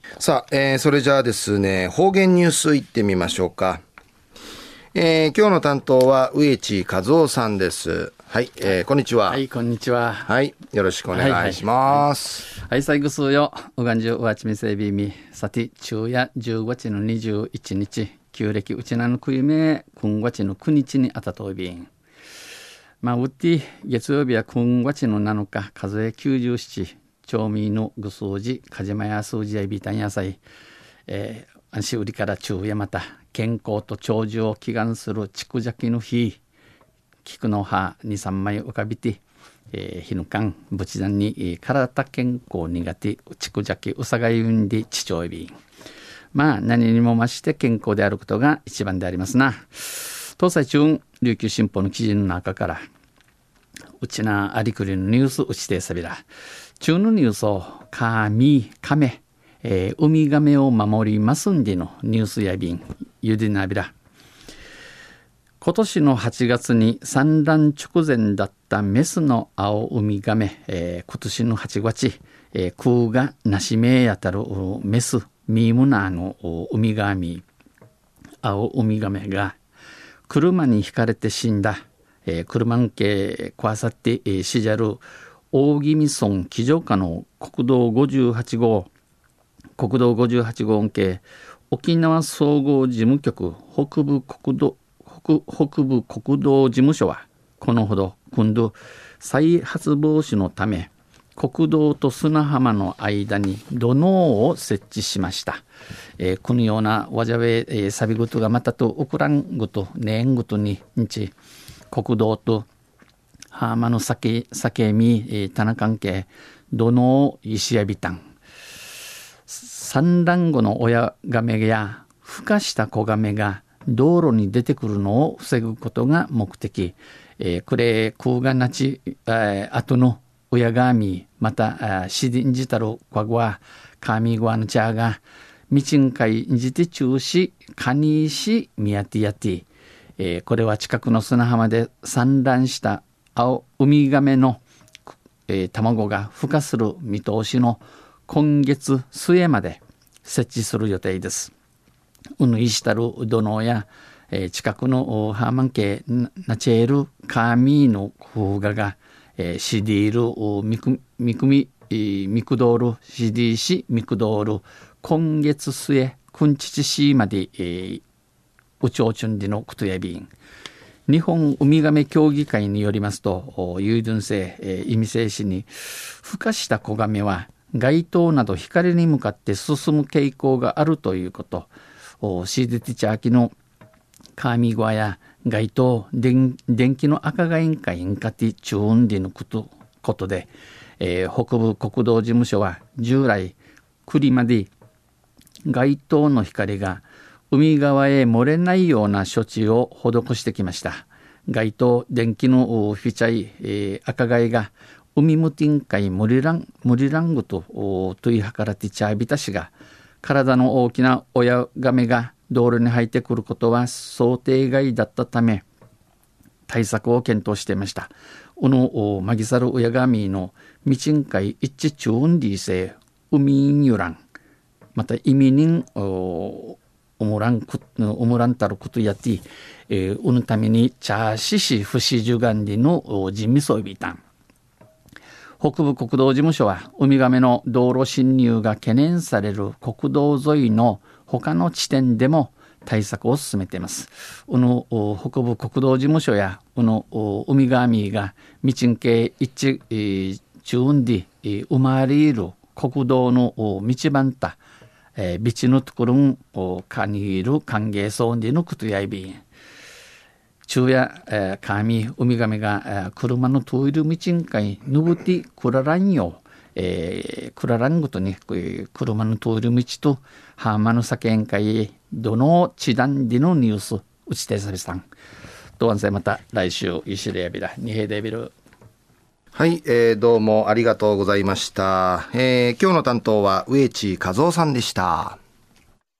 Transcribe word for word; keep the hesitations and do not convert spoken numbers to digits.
さあ、えー、それじゃあですね、方言ニュースいってみましょうか。えー、今日の担当は植地和夫さんです。はい、えー、こんにちは。 はい、こんにちは。 はい、よろしくお願いします。 はい、はい、最後数よ、うがんじゅうわちみせびみ、さて、昼夜じゅうごがつのにじゅういちにち、旧暦うちなのくゆめ、くんがちのくにちにあたといびん。まあ、うって、月曜日はくんがちのなのか、数えきゅうじゅうなな、町民のぐ数字、かじまや数字やびたんやさい、えー、安心売りから昼夜また、健康と長寿を祈願する筑邪記の日、菊の葉にさんまい浮かびて、えー、日の間仏壇に、えー、体健康苦手筑邪記うさがゆんで地長いびん。まあ何にも増して健康であることが一番でありますな。東西中琉球新報の記事の中からうちなありくりのニュースうちてさびら中のニュースをかみかめ、えー、ウミガメを守りますんでのニュースやびんゆでなびら。今年のはちがつに産卵直前だったメスの青ウミガメ、えー、今年のはちがつ、えー、空がなしめやたるメスミームナーのウミガメ青ウミガメが車にひかれて死んだ、えー、車んけ壊さって、えー、しじゃる大宜味村騎乗下の国道ごじゅうはち号国道ごじゅうはち号んけ沖縄総合事務局北部国道北部国道事務所はこのほど今度再発防止のため国道と砂浜の間に土のうを設置しました。えー、このようなわじゃべ、えー、サビごとがまたとウクランごとネーンごとに日国道と浜の酒酒み、えー、棚関係土のう石やびたん産卵後の親ガメや孵化した子ガメが道路に出てくるのを防ぐことが目的、えー、これ空がなち、えー、後の親がみまたシディンジタルkwa gua kami guaのチャーがみちんかいじて中止カニシミヤティヤティ、えー、これは近くの砂浜で産卵した青ウミガメの、えー、卵が孵化する見通しの今月末まで設置する予定です。うぬいしたる土のうや、えー、近くのハーマン系ナチェールカーミーの風画が、えー、シディールミクミクミミクドールシディーシミクドール今月末くんちちしまで、えー、うちょうちゅんでのことやびん日本ウミガメ協議会によりますとユイドゥンセイ、えー、イミセイシに孵化した子ガメは街灯など光に向かって進む傾向があるということシーデティチャーキのカーミゴアや街灯電気の赤がインカインカティチューンディのことことで、えー、北部国道事務所は従来栗まで街灯の光が海側へ漏れないような処置を施してきました。街灯電気のフィチャイ、えー、赤貝が海ムティンカイムリランムリラングとトイハカラティチャービタシが体の大きな親ガメが道路に入ってくることは想定外だったため対策を検討していました。このマギサル親ガミのミチンカイ一致チューンディセウミンユランまた意味におもらんおもらんたることやって、えー、うぬためにチャーシシフシジュガンディのジミソイビタン北部国道事務所はウミガメの道路侵入が懸念される国道沿いの他の地点でも対策を進めています。この北部国道事務所やこのウミガメが道んけ一中運で生まれる国道の道番た道のところんかにいる歓迎層でのことやいびん昼夜、えー、神ウミガメが、えー、車の通る道んかいぬぶてくららんよ、えー、くららんごとに車の通る道とハーマの酒んかいどの地段でのニュースうちてさびさんどうんせまた来週いしれやびらにへいでびるはい、えー、どうもありがとうございました、えー、今日の担当は植地和夫さんでした。